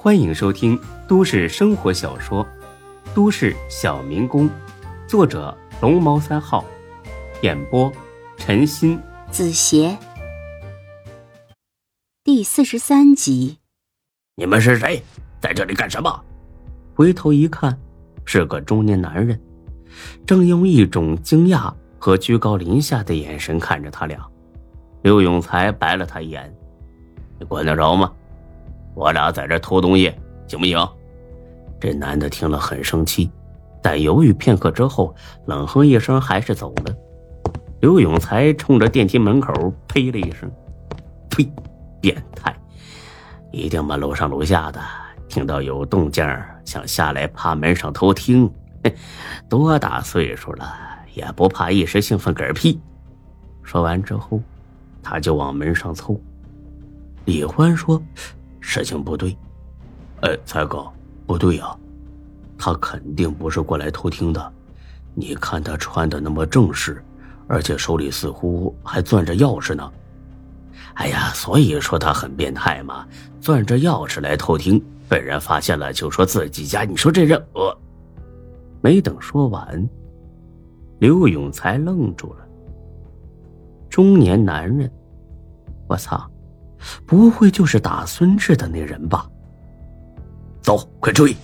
欢迎收听都市生活小说《都市小民工》，作者龙猫3号，演播陈鑫、 子邪。第43集。 你们是谁？在这里干什么？ 回头一看，是个中年男人，正用一种惊讶和居高临下的眼神看着他俩。刘永才白了他一眼：“你管得着吗？我俩在这偷东西，行不行？”这男的听了很生气，但犹豫片刻之后，冷哼一声，还是走了。刘永才冲着电梯门口呸了一声：“呸，变态！一定把楼上楼下的听到有动静想下来趴门上偷听，多大岁数了，也不怕一时兴奋嗝屁。”说完之后，他就往门上凑。李欢说：“事情不对。”“才哥，不对啊，他肯定不是过来偷听的。你看他穿的那么正式，而且手里似乎还攥着钥匙呢。”“哎呀，所以说他很变态嘛，攥着钥匙来偷听，被人发现了就说自己家，你说这人……”没等说完，刘永才愣住了。中年男人，我操，不会就是打孙志的那人吧？走，快追！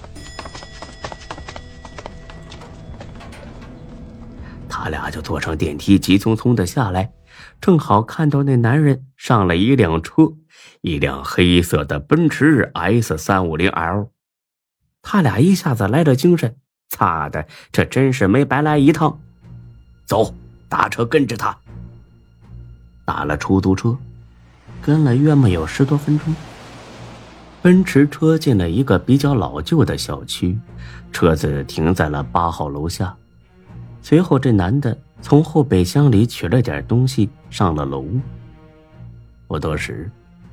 他俩就坐上电梯，急匆匆的下来，正好看到那男人上了一辆车，一辆黑色的奔驰 S350L。他俩一下子来了精神，擦的，这真是没白来一趟。走，打车跟着他。打了出租车，跟了约莫有10多分钟。奔驰车进了一个比较老旧的小区，车子停在了8号楼下。随后这男的从后备箱里取了点东西上了楼。不多时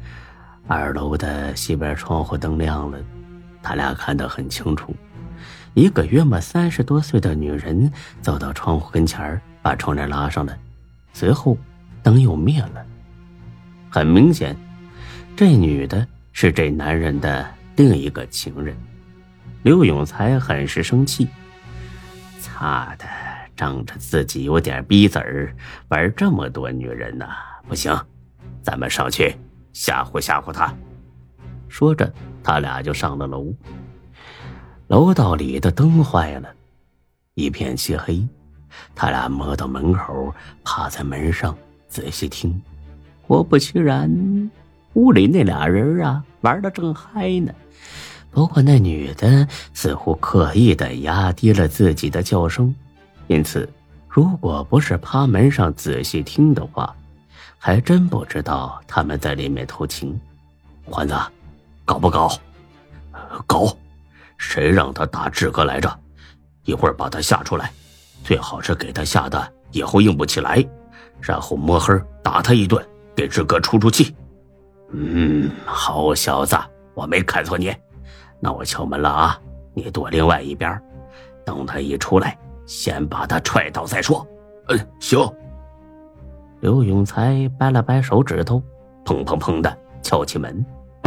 ，2楼的西边窗户灯亮了，他俩看得很清楚，一个约莫30多岁的女人走到窗户跟前，把窗帘拉上了，随后灯又灭了。很明显，这女的是这男人的另一个情人。刘永才很是生气，擦的，仗着自己有点逼子儿，玩这么多女人呢，不行，咱们上去吓唬吓唬他。说着，他俩就上了楼。楼道里的灯坏了，一片漆黑，他俩摸到门口，趴在门上仔细听。果不其然，屋里那俩人啊，玩得正嗨呢。不过那女的似乎刻意地压低了自己的叫声，因此如果不是趴门上仔细听的话，还真不知道他们在里面偷情。欢子，搞不搞？搞！谁让他打志哥来着？一会儿把他吓出来，最好是给他吓得以后硬不起来，然后摸黑打他一顿，给志哥出气。好小子，我没看错你。那我敲门了啊，你躲另外一边，等他一出来，先把他踹倒再说。行。刘永才掰了掰手指头，砰砰砰的敲起门。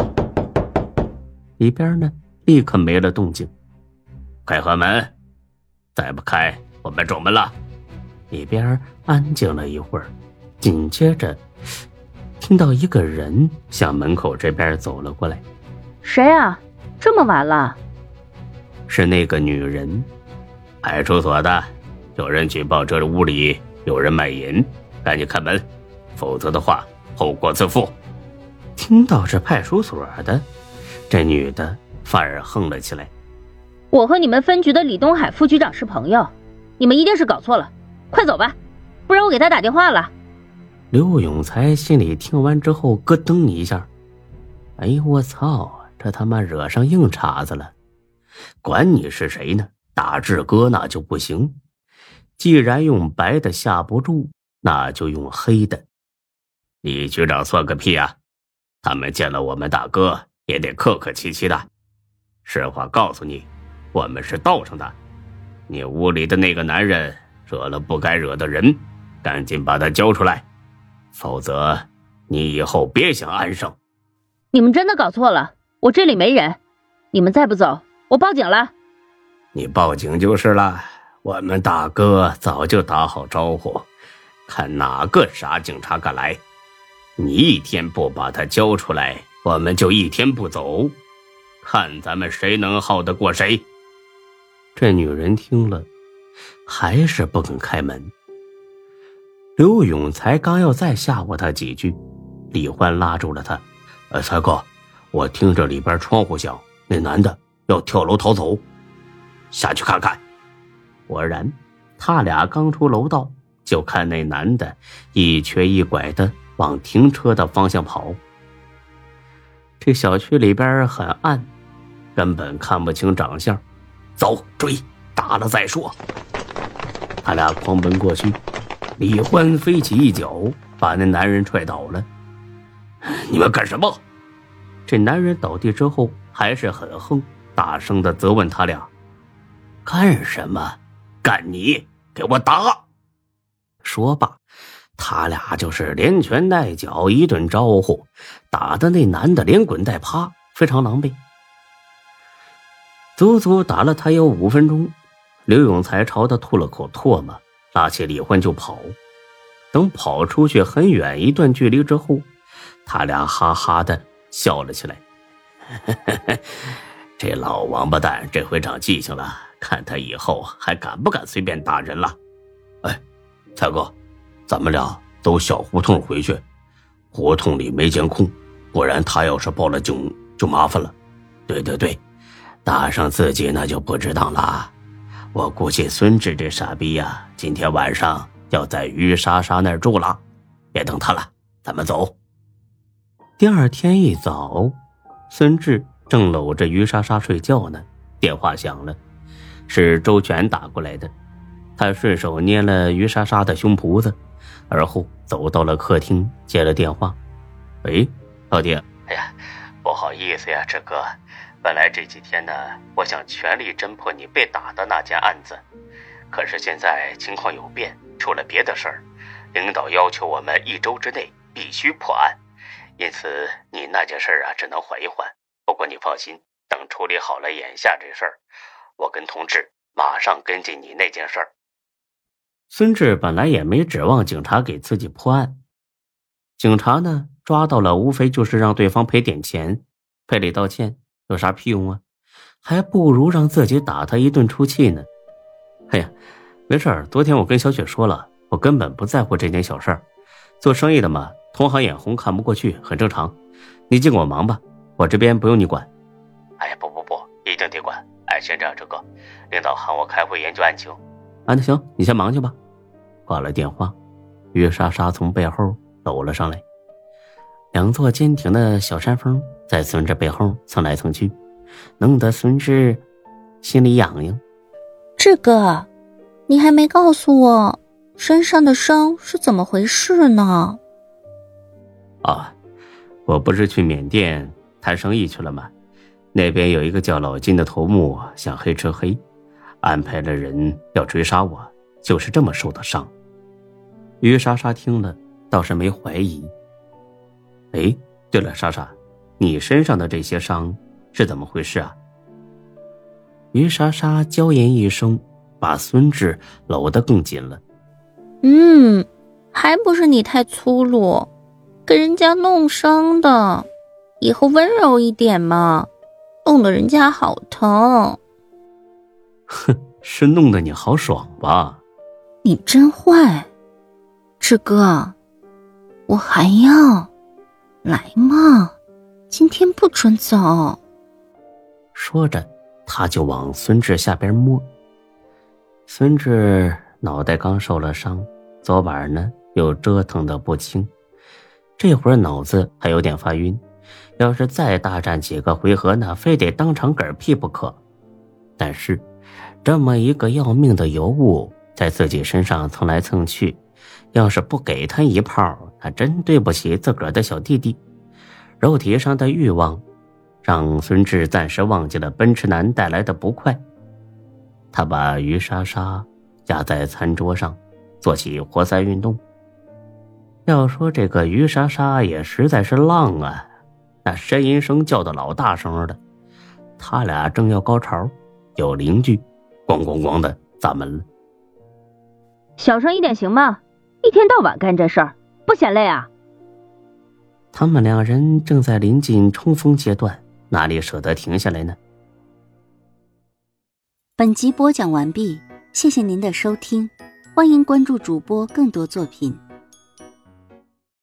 里边呢，立刻没了动静。快开门，再不开我们中门了。里边安静了一会儿，紧接着听到一个人向门口这边走了过来。 谁啊？这么晚了？ 是那个女人。派出所的，有人举报这屋里有人卖淫，赶紧开门，否则的话后果自负。听到是派出所的，这女的反而哼了起来。 我和你们分局的李东海副局长是朋友，你们一定是搞错了，快走吧，不然我给他打电话了。 刘永才心里听完之后咯噔一下，哎呦我操，这他妈惹上硬茬子了。管你是谁呢，打志哥那就不行。既然用白的吓不住，那就用黑的。李局长算个屁啊，他们见了我们大哥也得客客气气的。实话告诉你，我们是道上的，你屋里的那个男人惹了不该惹的人，赶紧把他交出来，否则你以后别想安生。 你们真的搞错了， 我这里没人，你们再不走，我报警了。 你报警就是了，我们大哥早就打好招呼，看哪个傻警察敢来。你一天不把他交出来，我们就一天不走，看咱们谁能耗得过谁。这女人听了，还是不肯开门。刘永才刚要再吓唬他几句，李欢拉住了他。才哥，我听着里边窗户响，那男的要跳楼逃走，下去看看。果然，他俩刚出楼道，就看那男的一瘸一拐的往停车的方向跑。这小区里边很暗，根本看不清长相。走，追，打了再说。他俩狂奔过去，李欢飞起一脚，把那男人踹倒了。你们干什么？这男人倒地之后还是很横，大声地责问他俩。干什么？干你，给我打！说罢，他俩就是连拳带脚一顿招呼，打的那男的连滚带爬，非常狼狈。足足打了他有5分钟，刘永才朝他吐了口唾沫，拉起李欢就跑。等跑出去很远一段距离之后，他俩哈哈的笑了起来。这老王八蛋这回长记性了，看他以后还敢不敢随便打人了。才哥，咱们俩走小胡同回去，胡同里没监控，不然他要是报了警就麻烦了。对，打上自己那就不值当了。我估计孙志这傻逼呀，今天晚上要在于莎莎那儿住了，别等他了，咱们走。第二天一早，孙志正搂着于莎莎睡觉呢，电话响了，是周全打过来的。他顺手捏了于莎莎的胸脯子，而后走到了客厅接了电话。喂，老弟。哎呀，不好意思呀，志哥，本来这几天呢，我想全力侦破你被打的那件案子，可是现在情况有变，出了别的事儿，领导要求我们1周之内必须破案，因此你那件事啊只能缓一缓。不过你放心，等处理好了眼下这事儿，我跟同志马上跟进你那件事儿。孙志本来也没指望警察给自己破案，警察呢抓到了无非就是让对方赔点钱，赔礼道歉有啥屁用啊？还不如让自己打他一顿出气呢。哎呀，没事儿，昨天我跟小雪说了，我根本不在乎这点小事儿，做生意的嘛，同行眼红看不过去很正常，你尽管忙吧，我这边不用你管。哎呀，不，一定得管。先这样，这个领导喊我开会研究案情。那行，你先忙去吧。挂了电话，于莎莎从背后走了上来，两座坚挺的小山峰在孙志背后蹭来蹭去，弄得孙志心里痒痒。 志哥，你还没告诉我身上的伤是怎么回事呢？ 我不是去缅甸谈生意去了吗？那边有一个叫老金的头目想黑吃黑，安排了人要追杀我，就是这么受的伤。于莎莎听了倒是没怀疑。对了，莎莎，你身上的这些伤是怎么回事啊？于莎莎娇言一声，把孙志搂得更紧了。 还不是你太粗鲁，给人家弄伤的，以后温柔一点嘛，弄得人家好疼。 是弄得你好爽吧？ 你真坏。志哥，我还要来嘛，今天不准走。 说着他就往孙志下边摸。孙志脑袋刚受了伤，昨晚呢又折腾得不轻，这会儿脑子还有点发晕，要是再大战几个回合呢，非得当场嗝屁不可。但是这么一个要命的尤物在自己身上蹭来蹭去，要是不给他一炮，他真对不起自个儿的小弟弟。肉体上的欲望让孙志暂时忘记了奔驰男带来的不快。他把于莎莎压在餐桌上，做起活塞运动。要说这个于莎莎也实在是浪啊， 那呻吟声叫得老大声的。他俩正要高潮，有邻居咣咣咣的砸门了。 小声一点行吗？一天到晚干这事儿，不嫌累啊？ 他们两人正在临近冲锋阶段，哪里舍得停下来呢？ 本集播讲完毕，谢谢您的收听，欢迎关注主播更多作品。